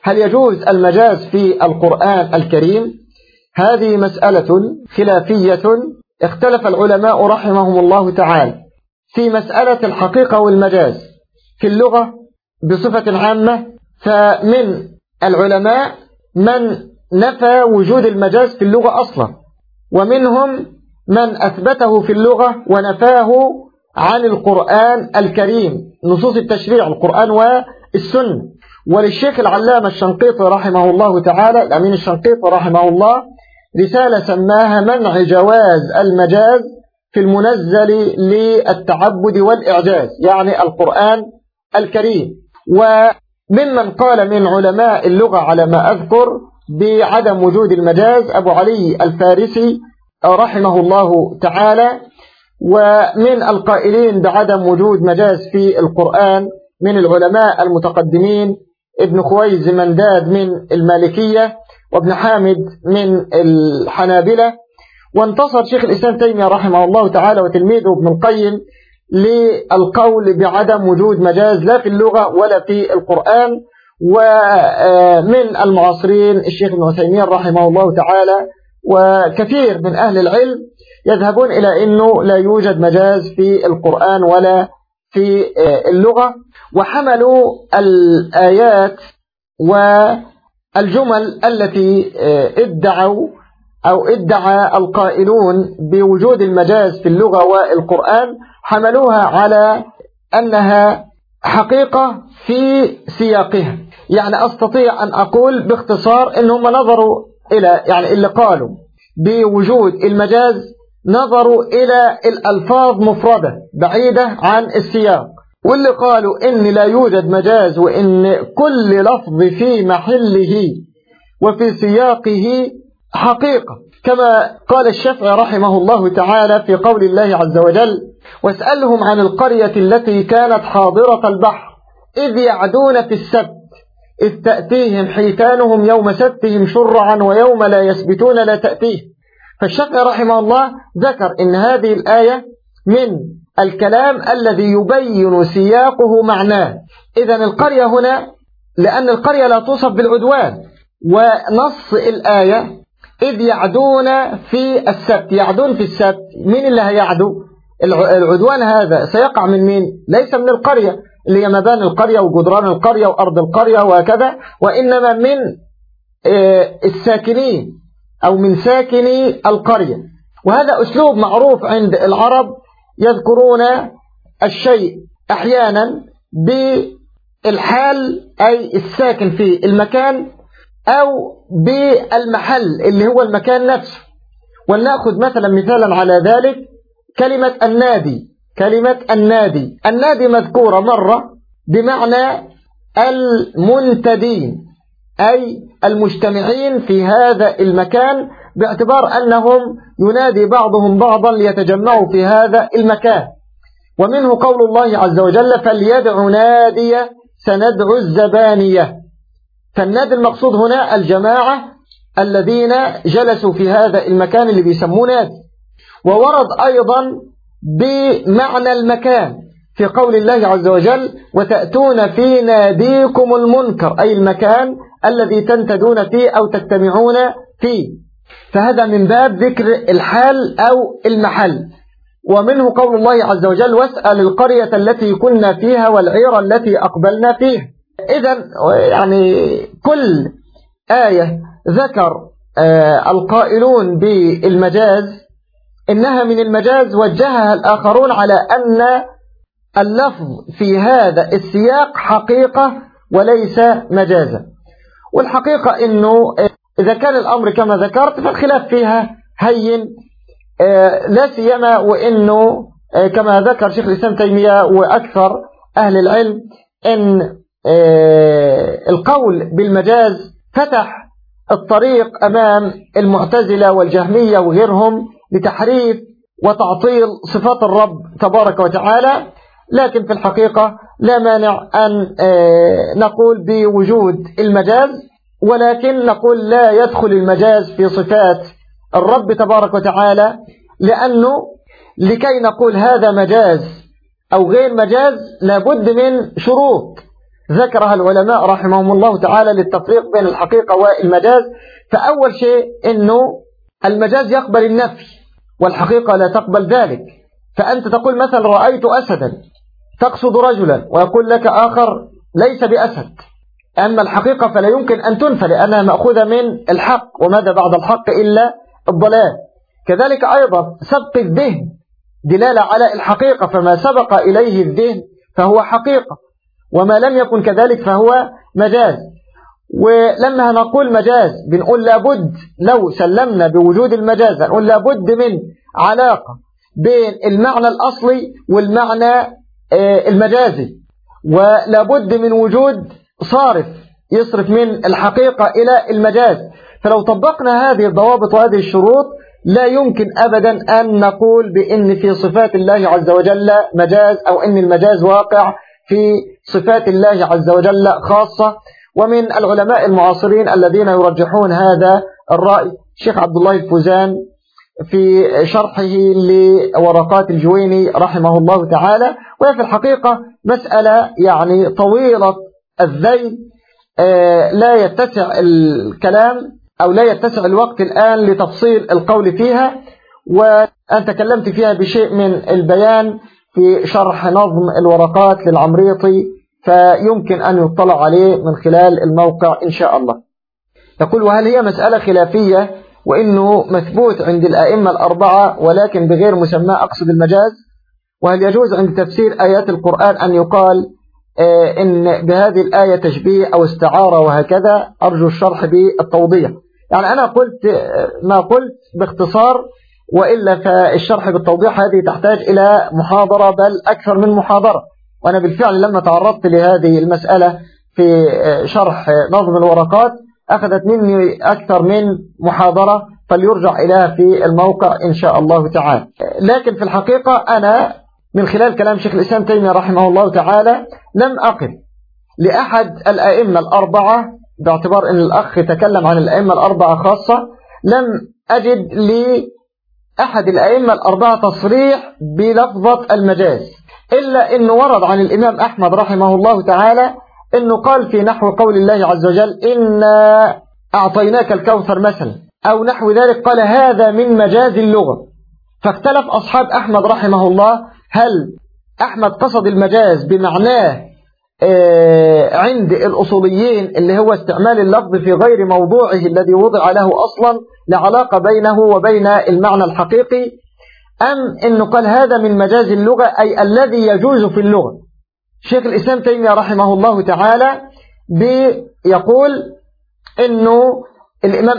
هل يجوز المجاز في القرآن الكريم؟ هذه مسألة خلافية اختلف العلماء رحمهم الله تعالى في مسألة الحقيقة والمجاز في اللغة بصفة عامة. فمن العلماء من نفى وجود المجاز في اللغة أصلا، ومنهم من أثبته في اللغة ونفاه عن القرآن الكريم، نصوص التشريع القرآن والسنة. وللشيخ العلامة الشنقيطي رحمه الله تعالى، الأمين الشنقيطي رحمه الله، رسالة سماها منع جواز المجاز في المنزل للتعبد والإعجاز، يعني القرآن الكريم. وممن قال من علماء اللغة على ما أذكر بعدم وجود المجاز أبو علي الفارسي رحمه الله تعالى. ومن القائلين بعدم وجود مجاز في القرآن من العلماء المتقدمين ابن خويز منداد من المالكية، وابن حامد من الحنابلة. وانتصر شيخ الإسلام تيمية رحمه الله تعالى وتلميذه ابن القيم للقول بعدم وجود مجاز لا في اللغة ولا في القرآن. ومن المعاصرين الشيخ ابن عثيمين رحمه الله تعالى وكثير من أهل العلم يذهبون إلى أنه لا يوجد مجاز في القرآن ولا في اللغة، وحملوا الآيات والجمل التي ادعى القائلون بوجود المجاز في اللغة والقرآن، حملوها على أنها حقيقة في سياقها. يعني أستطيع أن أقول باختصار أنهم نظروا إلى، يعني اللي قالوا بوجود المجاز نظروا إلى الألفاظ مفردة بعيدة عن السياق، واللي قالوا إن لا يوجد مجاز وإن كل لفظ في محله وفي سياقه حقيقة، كما قال الشافعي رحمه الله تعالى في قول الله عز وجل: واسألهم عن القرية التي كانت حاضرة البحر إذ يعدون في السبت إذ تأتيهم حيتانهم يوم سبتهم شرعا ويوم لا يسبتون لا تأتيه. فالشافعي رحمه الله ذكر إن هذه الآية من الكلام الذي يبين سياقه معناه. إذن القرية هنا لأن القرية لا توصف بالعدوان، ونص الآية إذ يعدون في السبت، يعدون في السبت، مين اللي هيعدو؟ العدوان هذا سيقع من مين؟ ليس من القرية اللي هي مباني القرية وجدران القرية وأرض القرية وكذا، وإنما من الساكنين أو من ساكني القرية. وهذا أسلوب معروف عند العرب، يذكرون الشيء أحيانا بالحال أي الساكن في المكان أو بالمحل اللي هو المكان نفسه. ولنأخذ مثلا على ذلك كلمة النادي. النادي مذكورة مرة بمعنى المنتدين، أي المجتمعين في هذا المكان، باعتبار أنهم ينادي بعضهم بعضا ليتجمعوا في هذا المكان. ومنه قول الله عز وجل: فليدع نادي سندعو الزبانية. فالنادي المقصود هنا الجماعة الذين جلسوا في هذا المكان اللي بيسموه نادي. وورد أيضا بمعنى المكان في قول الله عز وجل: وتأتون في ناديكم المنكر، أي المكان الذي تنتدون فيه أو تجتمعون فيه. فهذا من باب ذكر الحال أو المحل. ومنه قول الله عز وجل: واسأل القرية التي كنا فيها والعير التي أقبلنا فيها. إذن يعني كل آية ذكر القائلون بالمجاز إنها من المجاز وجهها الآخرون على أن اللفظ في هذا السياق حقيقة وليس مجازا. والحقيقة أنه إذا كان الأمر كما ذكرت فالخلاف فيها هين، لا سيما وأنه كما ذكر شيخ الإسلام تيمية وأكثر أهل العلم أن القول بالمجاز فتح الطريق أمام المعتزلة والجهمية وغيرهم لتحريف وتعطيل صفات الرب تبارك وتعالى. لكن في الحقيقة لا مانع أن نقول بوجود المجاز، ولكن نقول لا يدخل المجاز في صفات الرب تبارك وتعالى، لأنه لكي نقول هذا مجاز أو غير مجاز لابد من شروط. ذكرها العلماء رحمهم الله تعالى للتفريق بين الحقيقة والمجاز. فأول شيء أنه المجاز يقبل النفي والحقيقة لا تقبل ذلك. فأنت تقول مثلا رأيت أسدا، تقصد رجلا، ويقول لك آخر ليس بأسد. أما الحقيقة فلا يمكن أن تنفى لأنها مأخوذة من الحق، وماذا بعد الحق إلا الضلال. كذلك أيضا سبق الذهن دلالة على الحقيقة، فما سبق إليه الذهن فهو حقيقة، وما لم يكن كذلك فهو مجاز. ولما نقول مجاز بنقول لابد، لو سلمنا بوجود المجاز نقول لابد من علاقة بين المعنى الأصلي والمعنى المجازي، ولابد من وجود صارف يصرف من الحقيقة إلى المجاز. فلو طبقنا هذه الضوابط وهذه الشروط لا يمكن أبدا أن نقول بأن في صفات الله عز وجل مجاز، أو أن المجاز واقع في صفات الله عز وجل خاصة. ومن العلماء المعاصرين الذين يرجحون هذا الرأي الشيخ عبد الله الفوزان في شرحه لورقات الجويني رحمه الله تعالى. وهي في الحقيقة مسألة يعني طويلة الذيل، لا يتسع الكلام أو لا يتسع الوقت الآن لتفصيل القول فيها، وأن تكلمت فيها بشيء من البيان في شرح نظم الورقات للعمريطي، فيمكن أن يطلع عليه من خلال الموقع إن شاء الله. يقول: وهل هي مسألة خلافية وإنه مثبوت عند الأئمة الأربعة ولكن بغير مسمى أقصد المجاز؟ وهل يجوز عند تفسير آيات القرآن أن يقال إن بهذه الآية تشبيه أو استعارة وهكذا؟ أرجو الشرح بالتوضيح. يعني أنا قلت ما قلت باختصار، وإلا فالشرح بالتوضيح هذه تحتاج إلى محاضرة، بل أكثر من محاضرة. وأنا بالفعل لما تعرضت لهذه المسألة في شرح نظم الورقات أخذت مني أكثر من محاضرة، فليرجع إليها في الموقع إن شاء الله تعالى. لكن في الحقيقة أنا من خلال كلام شيخ الإسلام تيمية رحمه الله تعالى لم أقل لأحد الأئمة الأربعة، باعتبار أن الأخ تكلم عن الأئمة الأربعة خاصة، لم أجد لأحد الأئمة الأربعة تصريح بلفظة المجاز، إلا أنه ورد عن الإمام أحمد رحمه الله تعالى أنه قال في نحو قول الله عز وجل: إنا أعطيناك الكوثر مثلا، أو نحو ذلك، قال هذا من مجاز اللغة. فاختلف أصحاب أحمد رحمه الله، هل أحمد قصد المجاز بمعناه عند الأصوليين اللي هو استعمال اللفظ في غير موضوعه الذي وضع له أصلا لعلاقة بينه وبين المعنى الحقيقي، أم أنه قال هذا من مجاز اللغة أي الذي يجوز في اللغة. شيخ الإسلام تيمية رحمه الله تعالى بيقول أنه الإمام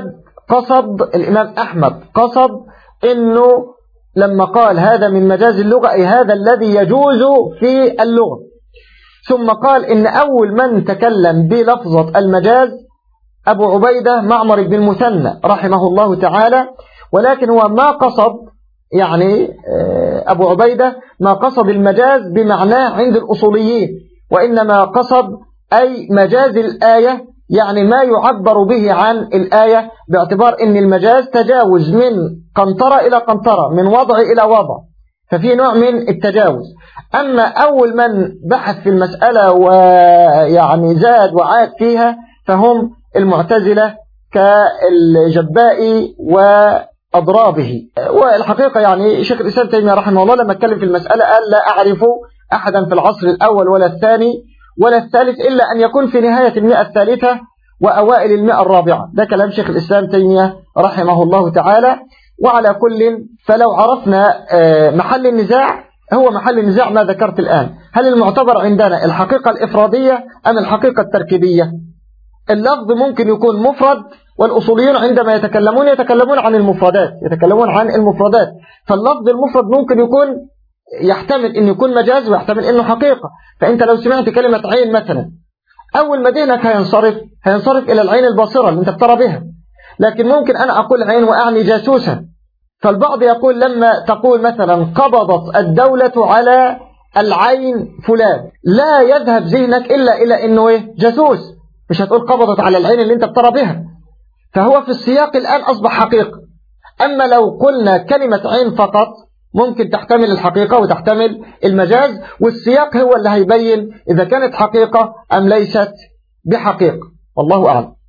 أحمد قصد أنه لما قال هذا من مجاز اللغة أي هذا الذي يجوز في اللغة. ثم قال إن أول من تكلم بلفظة المجاز أبو عبيدة معمر بن المثنى رحمه الله تعالى، ولكن هو ما قصد، يعني أبو عبيدة ما قصد المجاز بمعناه عند الأصوليين، وإنما قصد أي مجاز الآية، يعني ما يعبر به عن الآية، باعتبار أن المجاز تجاوز من قنطرة إلى قنطرة، من وضع إلى وضع، ففي نوع من التجاوز. أما أول من بحث في المسألة ويعني زاد وعاد فيها فهم المعتزلة كالجبائي وأضرابه. والحقيقة يعني شيخ الإسلام تيمية رحمه الله لما اتكلم في المسألة قال: لا أعرف أحدا في العصر الأول ولا الثاني ولا الثالث إلا أن يكون في نهاية المئة الثالثة وأوائل المئة الرابعة. ده كلام شيخ الإسلام تيمية رحمه الله تعالى. وعلى كل، فلو عرفنا محل النزاع، هو محل النزاع ما ذكرت الآن، هل المعتبر عندنا الحقيقة الإفرادية أم الحقيقة التركيبية؟ اللفظ ممكن يكون مفرد، والأصوليون عندما يتكلمون عن المفردات، فاللفظ المفرد ممكن يكون يحتمل أن يكون مجاز ويحتمل أنه حقيقة. فأنت لو سمعت كلمة عين مثلا، أول ما ذهنك هينصرف إلى العين الباصرة اللي أنت بترى بها، لكن ممكن أنا أقول عين وأعني جاسوسا. فالبعض يقول لما تقول مثلا قبضت الدولة على العين فلان، لا يذهب ذهنك إلا إلى أنه جاسوس، مش هتقول قبضت على العين اللي أنت بترى بها، فهو في السياق الآن أصبح حقيقة. أما لو قلنا كلمة عين فقط، ممكن تحتمل الحقيقة وتحتمل المجاز، والسياق هو اللي هيبين إذا كانت حقيقة أم ليست بحقيقة. والله أعلم.